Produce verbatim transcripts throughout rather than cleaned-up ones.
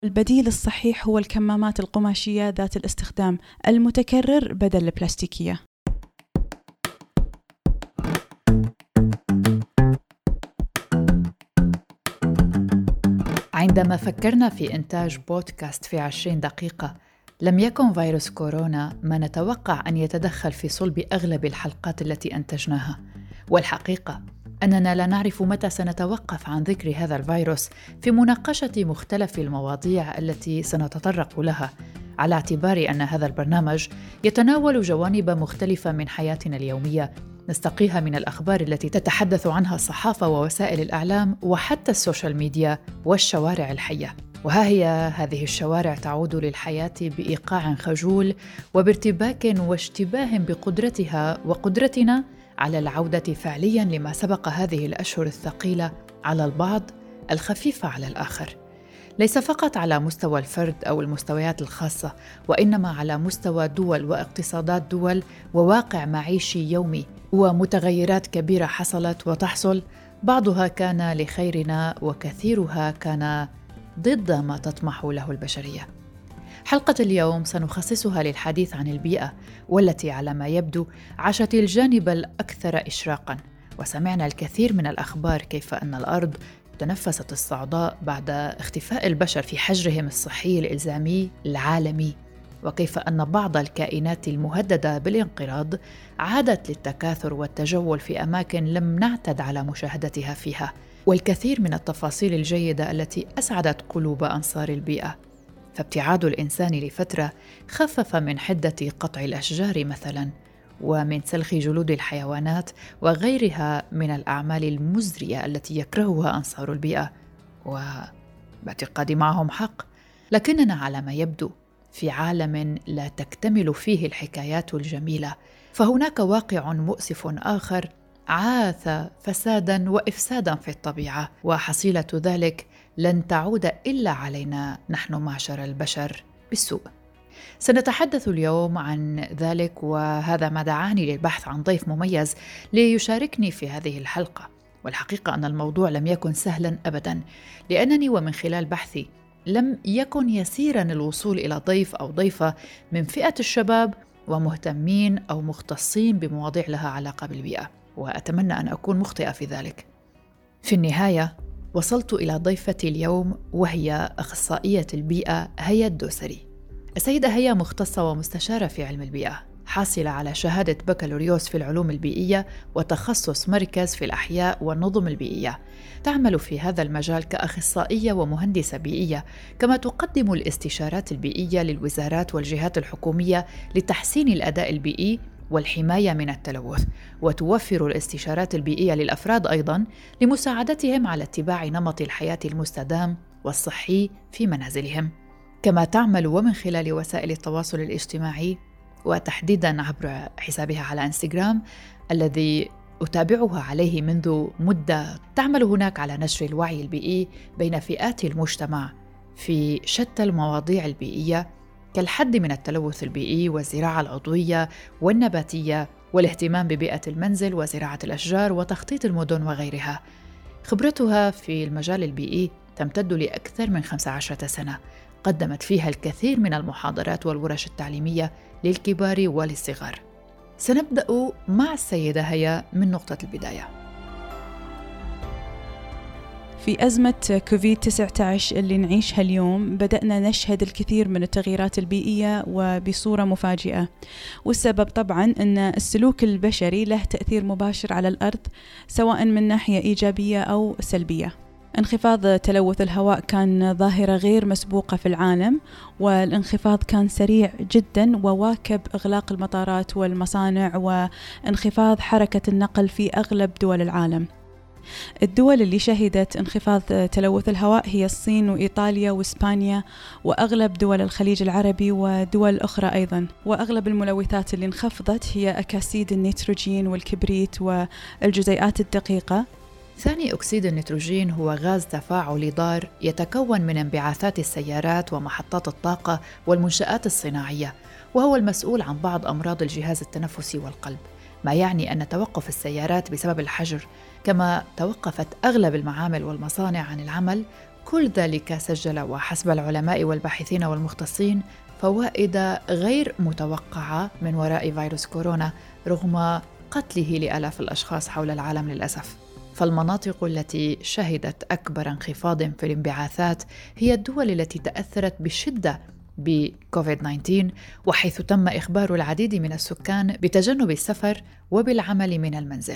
البديل الصحيح هو الكمامات القماشية ذات الاستخدام المتكرر بدل البلاستيكية. عندما فكرنا في إنتاج بودكاست في عشرين دقيقة، لم يكن فيروس كورونا ما نتوقع أن يتدخل في صلب أغلب الحلقات التي أنتجناها. والحقيقة أننا لا نعرف متى سنتوقف عن ذكر هذا الفيروس في مناقشة مختلف المواضيع التي سنتطرق لها، على اعتبار أن هذا البرنامج يتناول جوانب مختلفة من حياتنا اليومية نستقيها من الأخبار التي تتحدث عنها الصحافة ووسائل الإعلام وحتى السوشيال ميديا والشوارع الحية. وها هي هذه الشوارع تعود للحياة بإيقاع خجول وبارتباك واشتباه بقدرتها وقدرتنا على العودة فعلياً لما سبق هذه الأشهر الثقيلة على البعض، الخفيفة على الآخر، ليس فقط على مستوى الفرد أو المستويات الخاصة، وإنما على مستوى دول واقتصادات دول وواقع معيشي يومي ومتغيرات كبيرة حصلت وتحصل، بعضها كان لخيرنا وكثيرها كان ضد ما تطمح له البشرية. حلقة اليوم سنخصصها للحديث عن البيئة، والتي على ما يبدو عاشت الجانب الأكثر إشراقاً، وسمعنا الكثير من الأخبار كيف أن الأرض تنفست الصعداء بعد اختفاء البشر في حجرهم الصحي الإلزامي العالمي، وكيف أن بعض الكائنات المهددة بالانقراض عادت للتكاثر والتجول في أماكن لم نعتد على مشاهدتها فيها، والكثير من التفاصيل الجيدة التي أسعدت قلوب أنصار البيئة. فابتعاد الإنسان لفترة خفف من حدة قطع الأشجار مثلاً، ومن سلخ جلود الحيوانات وغيرها من الأعمال المزرية التي يكرهها أنصار البيئة، وباعتقادي معهم حق. لكننا على ما يبدو في عالم لا تكتمل فيه الحكايات الجميلة، فهناك واقع مؤسف آخر عاث فساداً وإفساداً في الطبيعة، وحصيلة ذلك لن تعود إلا علينا نحن معشر البشر بالسوء. سنتحدث اليوم عن ذلك، وهذا ما دعاني للبحث عن ضيف مميز ليشاركني في هذه الحلقة. والحقيقة أن الموضوع لم يكن سهلاً أبداً، لأنني ومن خلال بحثي لم يكن يسيراً الوصول إلى ضيف أو ضيفة من فئة الشباب ومهتمين أو مختصين بمواضيع لها علاقة بالبيئة، وأتمنى أن أكون مخطئة في ذلك. في النهاية وصلت إلى ضيفتي اليوم، وهي أخصائية البيئة هيا الدوسري. السيدة هيا مختصة ومستشارة في علم البيئة، حاصلة على شهادة بكالوريوس في العلوم البيئية وتخصص مركز في الأحياء والنظم البيئية. تعمل في هذا المجال كأخصائية ومهندسة بيئية، كما تقدم الاستشارات البيئية للوزارات والجهات الحكومية لتحسين الأداء البيئي والحماية من التلوث، وتوفر الاستشارات البيئية للأفراد أيضاً لمساعدتهم على اتباع نمط الحياة المستدام والصحي في منازلهم. كما تعمل ومن خلال وسائل التواصل الاجتماعي، وتحديداً عبر حسابها على إنستغرام الذي أتابعها عليه منذ مدة. تعمل هناك على نشر الوعي البيئي بين فئات المجتمع في شتى المواضيع البيئية، كالحد من التلوث البيئي والزراعة العضوية والنباتية والاهتمام ببيئة المنزل وزراعة الأشجار وتخطيط المدن وغيرها. خبرتها في المجال البيئي تمتد لأكثر من خمسة عشر سنة، قدمت فيها الكثير من المحاضرات والورش التعليمية للكبار وللصغار. سنبدأ مع السيدة هيا من نقطة البداية. في أزمة كوفيد تسعة عشر اللي نعيشها اليوم بدأنا نشهد الكثير من التغييرات البيئية وبصورة مفاجئة، والسبب طبعاً أن السلوك البشري له تأثير مباشر على الأرض، سواء من ناحية إيجابية أو سلبية. انخفاض تلوث الهواء كان ظاهرة غير مسبوقة في العالم، والانخفاض كان سريع جدا وواكب إغلاق المطارات والمصانع وانخفاض حركة النقل في أغلب دول العالم. الدول اللي شهدت انخفاض تلوث الهواء هي الصين وإيطاليا وإسبانيا وأغلب دول الخليج العربي ودول أخرى أيضا. وأغلب الملوثات اللي انخفضت هي أكاسيد النيتروجين والكبريت والجزيئات الدقيقة. ثاني أكسيد النيتروجين هو غاز تفاعلي ضار يتكون من انبعاثات السيارات ومحطات الطاقة والمنشآت الصناعية، وهو المسؤول عن بعض أمراض الجهاز التنفسي والقلب، ما يعني أن توقف السيارات بسبب الحجر، كما توقفت أغلب المعامل والمصانع عن العمل، كل ذلك سجل وحسب العلماء والباحثين والمختصين فوائد غير متوقعة من وراء فيروس كورونا رغم قتله لآلاف الأشخاص حول العالم للأسف. فالمناطق التي شهدت أكبر انخفاض في الانبعاثات هي الدول التي تأثرت بشدة بكوفيد تسعة عشر، وحيث تم إخبار العديد من السكان بتجنب السفر وبالعمل من المنزل.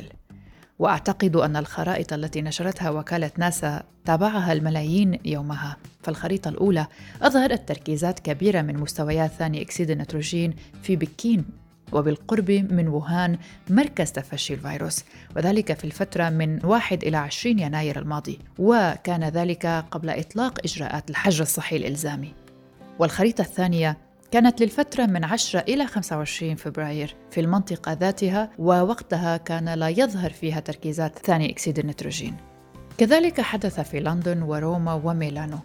وأعتقد أن الخرائط التي نشرتها وكالة ناسا تابعها الملايين يومها. فالخريطة الأولى أظهرت تركيزات كبيرة من مستويات ثاني أكسيد النيتروجين في بكين وبالقرب من ووهان مركز تفشي الفيروس، وذلك في الفترة من واحد إلى عشرين يناير الماضي، وكان ذلك قبل إطلاق إجراءات الحجر الصحي الإلزامي. والخريطة الثانية كانت للفترة من عشرة إلى خمسة وعشرين فبراير في المنطقة ذاتها، ووقتها كان لا يظهر فيها تركيزات ثاني أكسيد النيتروجين. كذلك حدث في لندن وروما وميلانو.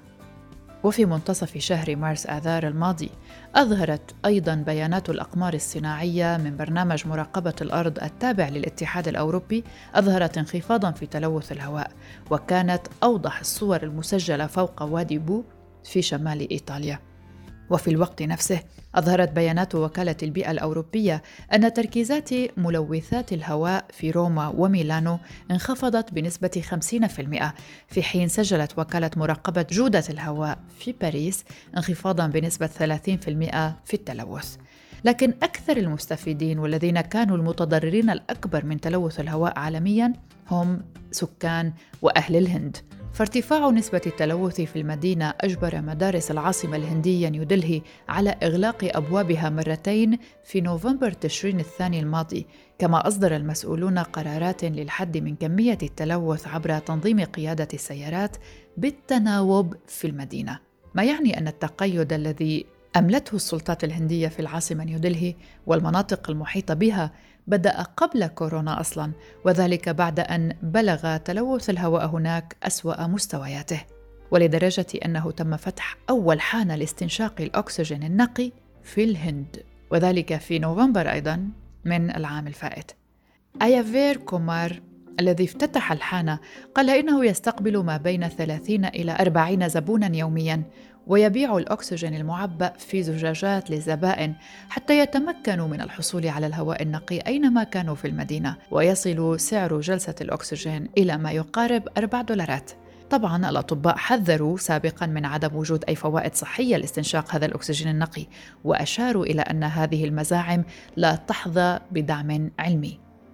وفي منتصف شهر مارس آذار الماضي أظهرت أيضاً بيانات الأقمار الصناعية من برنامج مراقبة الأرض التابع للاتحاد الأوروبي أظهرت انخفاضاً في تلوث الهواء، وكانت أوضح الصور المسجلة فوق وادي بو في شمال إيطاليا. وفي الوقت نفسه أظهرت بيانات وكالة البيئة الأوروبية أن تركيزات ملوثات الهواء في روما وميلانو انخفضت بنسبة خمسين بالمئة، في حين سجلت وكالة مراقبة جودة الهواء في باريس انخفاضاً بنسبة ثلاثين بالمئة في التلوث. لكن أكثر المستفيدين والذين كانوا المتضررين الأكبر من تلوث الهواء عالمياً هم سكان وأهل الهند. فارتفاع نسبة التلوث في المدينة أجبر مدارس العاصمة الهندية نيودلهي على إغلاق أبوابها مرتين في نوفمبر تشرين الثاني الماضي، كما أصدر المسؤولون قرارات للحد من كمية التلوث عبر تنظيم قيادة السيارات بالتناوب في المدينة، ما يعني أن التقيد الذي أملته السلطات الهندية في العاصمة نيودلهي والمناطق المحيطة بها بدأ قبل كورونا أصلاً، وذلك بعد أن بلغ تلوث الهواء هناك أسوأ مستوياته، ولدرجة أنه تم فتح أول حانة لاستنشاق الأكسجين النقي في الهند، وذلك في نوفمبر أيضاً من العام الفائت. آيافير كومار الذي افتتح الحانة قال إنه يستقبل ما بين ثلاثين إلى أربعين زبوناً يومياً، ويبيع الأكسجين المعبأ في زجاجات للزبائن حتى يتمكنوا من الحصول على الهواء النقي أينما كانوا في المدينة، ويصل سعر جلسة الأكسجين إلى ما يقارب أربع دولارات. طبعاً الأطباء حذروا سابقاً من عدم وجود أي فوائد صحية لاستنشاق هذا الأكسجين النقي، وأشاروا إلى أن هذه المزاعم لا تحظى بدعم علمي.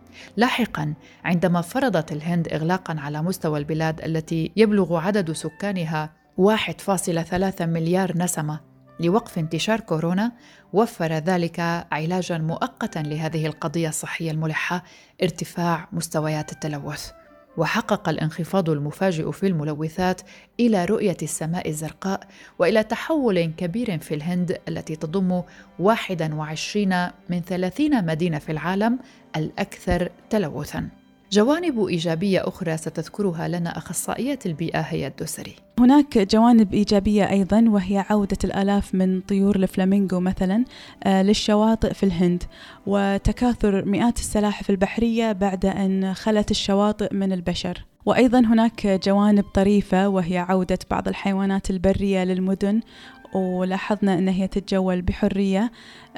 لاحقاً عندما فرضت الهند إغلاقاً على مستوى البلاد التي يبلغ عدد سكانها واحد فاصلة ثلاثة مليار نسمة لوقف انتشار كورونا، وفر ذلك علاجاً مؤقتاً لهذه القضية الصحية الملحة، ارتفاع مستويات التلوث. وحقق الانخفاض المفاجئ في الملوثات إلى رؤية السماء الزرقاء وإلى تحول كبير في الهند التي تضم واحد وعشرين من ثلاثين مدينة في العالم الأكثر تلوثاً. جوانب إيجابية أخرى ستذكرها لنا أخصائية البيئة هي الدوسري. هناك جوانب إيجابية أيضاً، وهي عودة الآلاف من طيور الفلامينغو مثلاً للشواطئ في الهند، وتكاثر مئات السلاحف البحرية بعد أن خلت الشواطئ من البشر. وأيضاً هناك جوانب طريفة، وهي عودة بعض الحيوانات البرية للمدن، ولاحظنا أن هي تتجول بحرية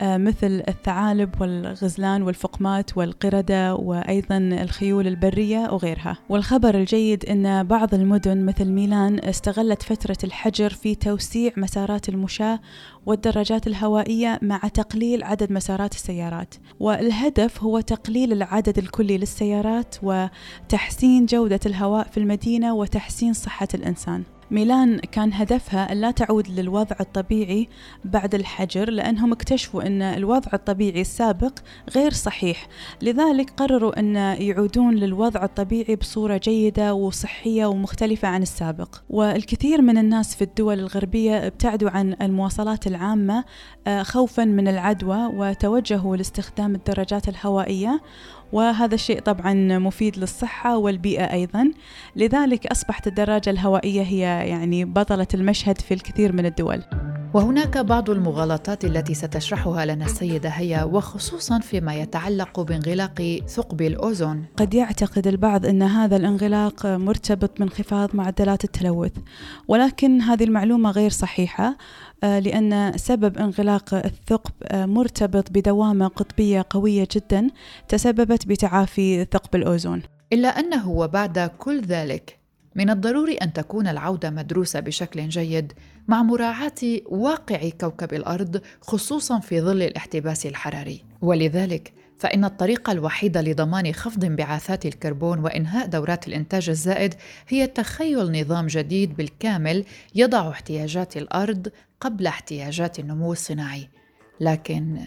مثل الثعالب والغزلان والفقمات والقردة، وأيضا الخيول البرية وغيرها. والخبر الجيد أن بعض المدن مثل ميلان استغلت فترة الحجر في توسيع مسارات المشاة والدراجات الهوائية مع تقليل عدد مسارات السيارات، والهدف هو تقليل العدد الكلي للسيارات وتحسين جودة الهواء في المدينة وتحسين صحة الإنسان. ميلان كان هدفها أن لا تعود للوضع الطبيعي بعد الحجر، لأنهم اكتشفوا أن الوضع الطبيعي السابق غير صحيح، لذلك قرروا أن يعودون للوضع الطبيعي بصورة جيدة وصحية ومختلفة عن السابق. والكثير من الناس في الدول الغربية ابتعدوا عن المواصلات العامة خوفاً من العدوى وتوجهوا لاستخدام الدراجات الهوائية، وهذا الشيء طبعاً مفيد للصحة والبيئة أيضاً. لذلك أصبحت الدراجة الهوائية هي يعني بطلة المشهد في الكثير من الدول. وهناك بعض المغالطات التي ستشرحها لنا السيدة هيا، وخصوصاً فيما يتعلق بانغلاق ثقب الأوزون. قد يعتقد البعض أن هذا الانغلاق مرتبط بانخفاض معدلات التلوث، ولكن هذه المعلومة غير صحيحة، لأن سبب انغلاق الثقب مرتبط بدوامة قطبية قوية جداً تسببت بتعافي ثقب الأوزون. إلا أنه وبعد كل ذلك من الضروري أن تكون العودة مدروسة بشكل جيد مع مراعاة واقع كوكب الأرض، خصوصاً في ظل الاحتباس الحراري. ولذلك فإن الطريقة الوحيدة لضمان خفض انبعاثات الكربون وإنهاء دورات الإنتاج الزائد هي تخيل نظام جديد بالكامل يضع احتياجات الأرض قبل احتياجات النمو الصناعي. لكن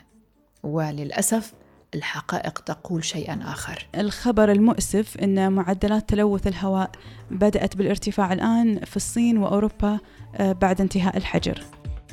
وللأسف الحقائق تقول شيئاً آخر. الخبر المؤسف أن معدلات تلوث الهواء بدأت بالارتفاع الآن في الصين وأوروبا بعد انتهاء الحجر.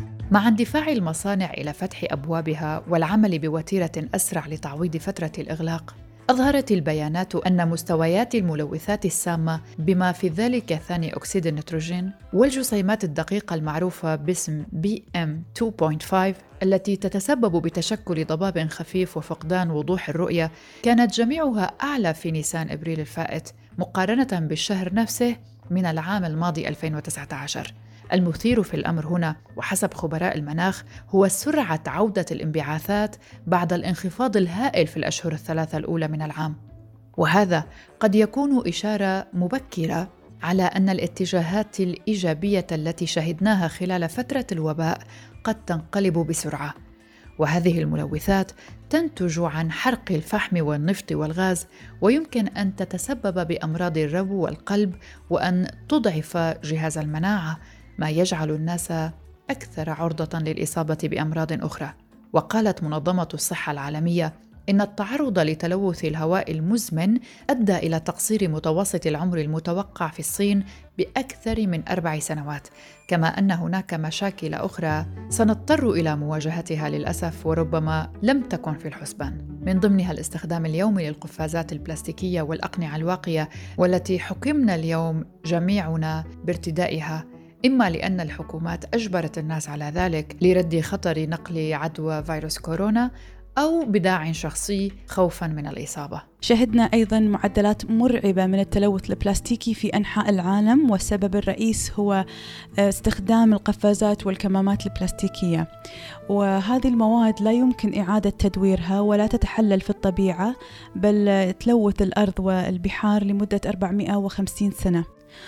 مع اندفاع المصانع إلى فتح أبوابها والعمل بوتيرة أسرع لتعويض فترة الإغلاق، أظهرت البيانات أن مستويات الملوثات السامة بما في ذلك ثاني أكسيد النيتروجين والجسيمات الدقيقة المعروفة باسم بي إم اثنين فاصلة خمسة التي تتسبب بتشكل ضباب خفيف وفقدان وضوح الرؤية، كانت جميعها أعلى في نيسان إبريل الفائت مقارنة بالشهر نفسه من العام الماضي ألفين وتسعة عشر. المثير في الأمر هنا وحسب خبراء المناخ هو سرعة عودة الانبعاثات بعد الانخفاض الهائل في الأشهر الثلاثة الأولى من العام، وهذا قد يكون إشارة مبكرة على أن الاتجاهات الإيجابية التي شهدناها خلال فترة الوباء قد تنقلب بسرعة. وهذه الملوثات تنتج عن حرق الفحم والنفط والغاز، ويمكن أن تتسبب بأمراض الربو والقلب وأن تضعف جهاز المناعة، ما يجعل الناس أكثر عرضة للإصابة بأمراض أخرى. وقالت منظمة الصحة العالمية إن التعرض لتلوث الهواء المزمن أدى إلى تقصير متوسط العمر المتوقع في الصين بأكثر من أربع سنوات، كما أن هناك مشاكل أخرى سنضطر إلى مواجهتها للأسف وربما لم تكن في الحسبان، من ضمنها الاستخدام اليومي للقفازات البلاستيكية والأقنعة الواقية، والتي حكمنا اليوم جميعنا بارتدائها، إما لأن الحكومات أجبرت الناس على ذلك لرد خطر نقل عدوى فيروس كورونا، أو بداع شخصي خوفاً من الإصابة. شهدنا أيضاً معدلات مرعبة من التلوث البلاستيكي في أنحاء العالم، والسبب الرئيس هو استخدام القفازات والكمامات البلاستيكية، وهذه المواد لا يمكن إعادة تدويرها ولا تتحلل في الطبيعة، بل تلوث الأرض والبحار لمدة أربعمائة وخمسين سنة.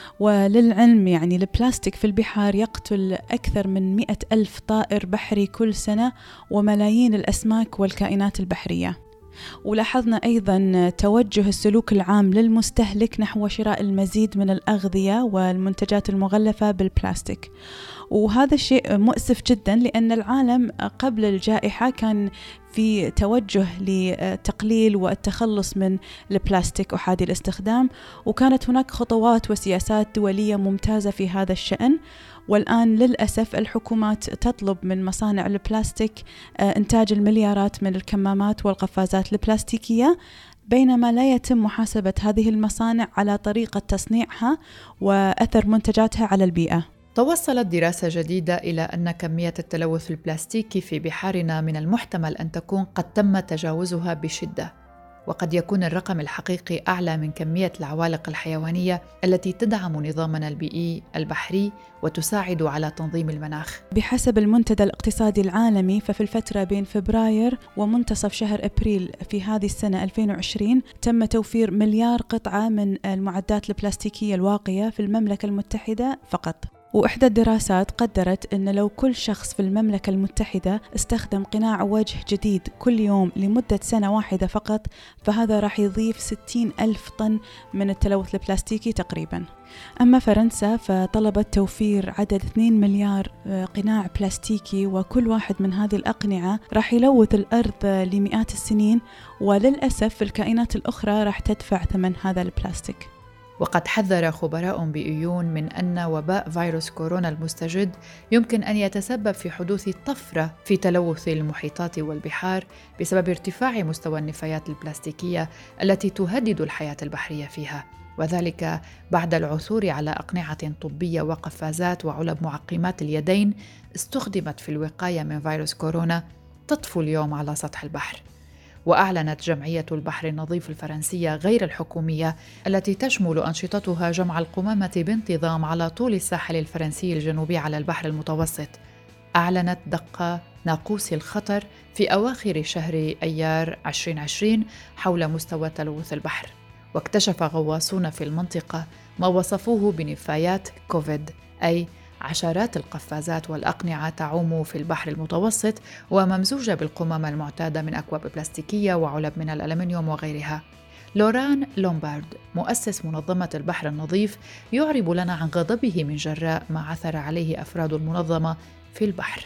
وللعلم يعني البلاستيك في البحار يقتل أكثر من مئة ألف طائر بحري كل سنة وملايين الأسماك والكائنات البحرية. ولاحظنا أيضا توجه السلوك العام للمستهلك نحو شراء المزيد من الأغذية والمنتجات المغلفة بالبلاستيك، وهذا الشيء مؤسف جدا، لأن العالم قبل الجائحة كان في توجه لتقليل والتخلص من البلاستيك أحادي الاستخدام، وكانت هناك خطوات وسياسات دولية ممتازة في هذا الشأن. والآن للأسف الحكومات تطلب من مصانع البلاستيك إنتاج المليارات من الكمامات والقفازات البلاستيكية، بينما لا يتم محاسبة هذه المصانع على طريقة تصنيعها وأثر منتجاتها على البيئة. توصلت دراسة جديدة إلى أن كمية التلوث البلاستيكي في بحارنا من المحتمل أن تكون قد تم تجاوزها بشدة، وقد يكون الرقم الحقيقي أعلى من كمية العوالق الحيوانية التي تدعم نظامنا البيئي البحري وتساعد على تنظيم المناخ. بحسب المنتدى الاقتصادي العالمي، ففي الفترة بين فبراير ومنتصف شهر أبريل في هذه السنة ألفين وعشرين تم توفير مليار قطعة من المعدات البلاستيكية الواقية في المملكة المتحدة فقط. وإحدى الدراسات قدرت أن لو كل شخص في المملكة المتحدة استخدم قناع وجه جديد كل يوم لمدة سنة واحدة فقط، فهذا راح يضيف ستين ألف طن من التلوث البلاستيكي تقريبا. أما فرنسا فطلبت توفير عدد اثنين مليار قناع بلاستيكي، وكل واحد من هذه الأقنعة راح يلوث الأرض لمئات السنين، وللأسف الكائنات الأخرى راح تدفع ثمن هذا البلاستيك. وقد حذر خبراء بيئيون من أن وباء فيروس كورونا المستجد يمكن أن يتسبب في حدوث طفرة في تلوث المحيطات والبحار بسبب ارتفاع مستوى النفايات البلاستيكية التي تهدد الحياة البحرية فيها. وذلك بعد العثور على أقنعة طبية وقفازات وعلب معقمات اليدين استخدمت في الوقاية من فيروس كورونا تطفو اليوم على سطح البحر. وأعلنت جمعية البحر النظيف الفرنسية غير الحكومية التي تشمل أنشطتها جمع القمامة بانتظام على طول الساحل الفرنسي الجنوبي على البحر المتوسط، أعلنت دق ناقوس الخطر في أواخر شهر أيار عشرين عشرين حول مستوى تلوث البحر. واكتشف غواصون في المنطقة ما وصفوه بنفايات كوفيد، أي عشرات القفازات والأقنعة تعوم في البحر المتوسط وممزوجة بالقمامة المعتادة من أكواب بلاستيكية وعلب من الألمنيوم وغيرها. لوران لومبارد مؤسس منظمة البحر النظيف يعرب لنا عن غضبه من جراء ما عثر عليه أفراد المنظمة في البحر.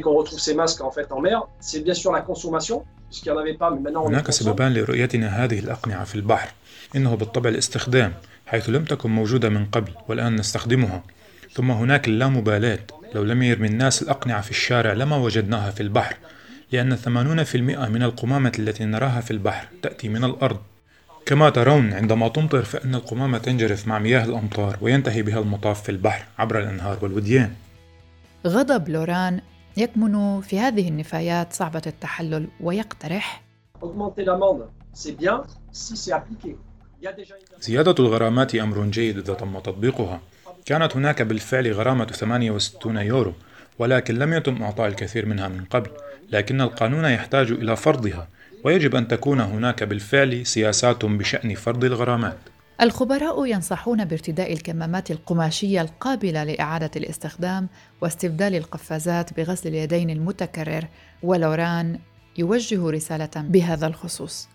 هناك سببان لرؤيتنا هذه الأقنعة في البحر. إنه بالطبع الاستخدام، حيث لم تكن موجودة من قبل والآن نستخدمها. ثم هناك اللامبالاة، لو لم يرمي الناس الأقنعة في الشارع لما وجدناها في البحر، لأن ثمانين بالمئة من القمامة التي نراها في البحر تأتي من الأرض. كما ترون عندما تمطر فإن القمامة تنجرف مع مياه الأمطار وينتهي بها المطاف في البحر عبر الأنهار والوديان. غضب لوران يكمن في هذه النفايات صعبة التحلل، ويقترح زيادة الغرامات أمر جيد إذا تم تطبيقها. كانت هناك بالفعل غرامة ثمانية وستين يورو، ولكن لم يتم إعطاء الكثير منها من قبل، لكن القانون يحتاج إلى فرضها، ويجب أن تكون هناك بالفعل سياسات بشأن فرض الغرامات. الخبراء ينصحون بارتداء الكمامات القماشية القابلة لإعادة الاستخدام واستبدال القفازات بغسل اليدين المتكرر، ولوران يوجه رسالة بهذا الخصوص.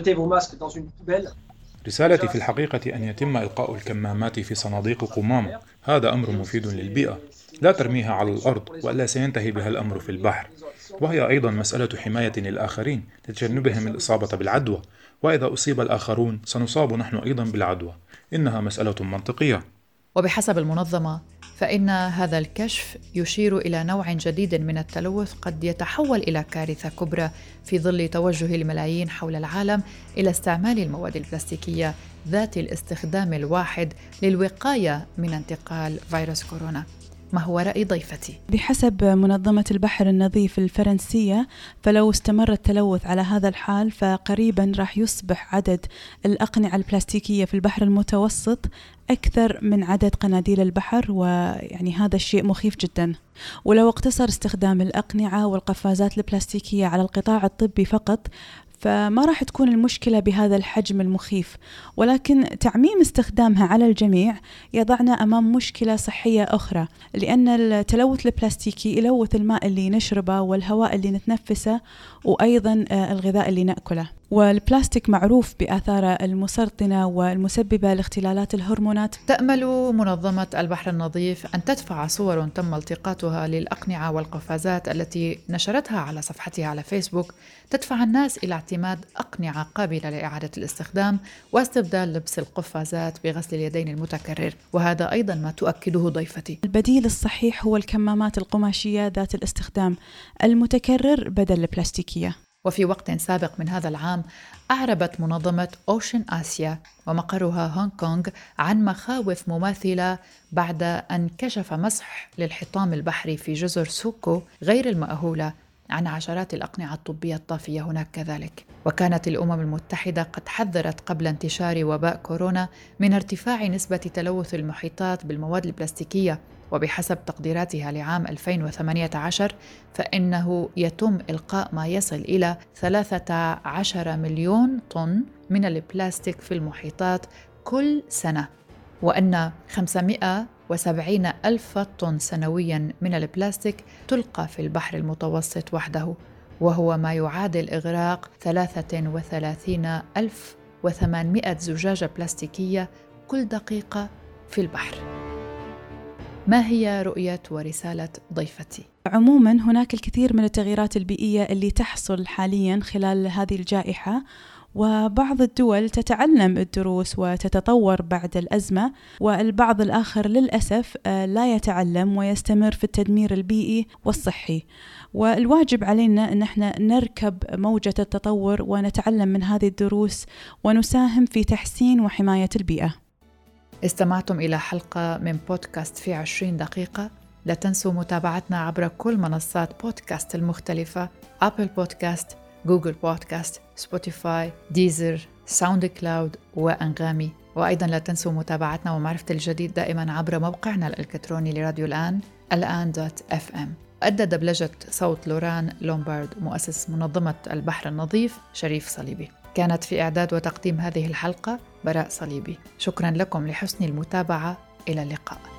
رسالتي في الحقيقة أن يتم إلقاء الكمامات في صناديق قمامة. هذا أمر مفيد للبيئة، لا ترميها على الأرض وإلا سينتهي بها الأمر في البحر. وهي أيضا مسألة حماية للآخرين لتجنبهم الإصابة بالعدوى، وإذا أصيب الآخرون سنصاب نحن أيضا بالعدوى. إنها مسألة منطقية. وبحسب المنظمة فإن هذا الكشف يشير إلى نوع جديد من التلوث قد يتحول إلى كارثة كبرى في ظل توجه الملايين حول العالم إلى استعمال المواد البلاستيكية ذات الاستخدام الواحد للوقاية من انتقال فيروس كورونا. ما هو رأي ضيفتي؟ بحسب منظمة البحر النظيف الفرنسية، فلو استمر التلوث على هذا الحال فقريبا راح يصبح عدد الأقنعة البلاستيكية في البحر المتوسط أكثر من عدد قناديل البحر، ويعني هذا الشيء مخيف جدا. ولو اقتصر استخدام الأقنعة والقفازات البلاستيكية على القطاع الطبي فقط فما راح تكون المشكلة بهذا الحجم المخيف، ولكن تعميم استخدامها على الجميع يضعنا أمام مشكلة صحية أخرى، لأن التلوث البلاستيكي يلوث الماء اللي نشربه والهواء اللي نتنفسه وأيضا الغذاء اللي نأكله. والبلاستيك معروف بآثاره المسرطنة والمسببة لاختلالات الهرمونات. تأمل منظمة البحر النظيف أن تدفع صور تم التقاطها للأقنعة والقفازات التي نشرتها على صفحتها على فيسبوك تدفع الناس إلى اعتماد أقنعة قابلة لإعادة الاستخدام واستبدال لبس القفازات بغسل اليدين المتكرر، وهذا أيضا ما تؤكده ضيفتي. البديل الصحيح هو الكمامات القماشية ذات الاستخدام المتكرر بدل البلاستيكية. وفي وقت سابق من هذا العام أعربت منظمة أوشن آسيا ومقرها هونغ كونغ عن مخاوف مماثلة بعد أن كشف مسح للحطام البحري في جزر سوكو غير المأهولة عن عشرات الأقنعة الطبية الطافية هناك كذلك. وكانت الأمم المتحدة قد حذرت قبل انتشار وباء كورونا من ارتفاع نسبة تلوث المحيطات بالمواد البلاستيكية، وبحسب تقديراتها لعام ألفين وثمانية عشر فإنه يتم إلقاء ما يصل إلى ثلاثة عشر مليون طن من البلاستيك في المحيطات كل سنة، وأن خمسمائة وسبعين ألف طن سنوياً من البلاستيك تلقى في البحر المتوسط وحده، وهو ما يعادل إغراق ثلاثة وثلاثين ألف وثمانمائة زجاجة بلاستيكية كل دقيقة في البحر. ما هي رؤية ورسالة ضيفتي؟ عموماً هناك الكثير من التغييرات البيئية اللي تحصل حالياً خلال هذه الجائحة، وبعض الدول تتعلم الدروس وتتطور بعد الأزمة، والبعض الآخر للأسف لا يتعلم ويستمر في التدمير البيئي والصحي. والواجب علينا أن احنا نركب موجة التطور ونتعلم من هذه الدروس ونساهم في تحسين وحماية البيئة. استمعتم إلى حلقة من بودكاست في عشرين دقيقة. لا تنسوا متابعتنا عبر كل منصات بودكاست المختلفة: أبل بودكاست، جوجل بودكاست، سبوتيفاي، ديزر، ساوند كلاود وأنغامي. وأيضا لا تنسوا متابعتنا ومعرفة الجديد دائما عبر موقعنا الإلكتروني لراديو الآن، الآن دوت اف ام. أدى دبلجة صوت لوران لومبارد مؤسس منظمة البحر النظيف شريف صليبي. كانت في إعداد وتقديم هذه الحلقة براء صليبي. شكرا لكم لحسن المتابعة. إلى اللقاء.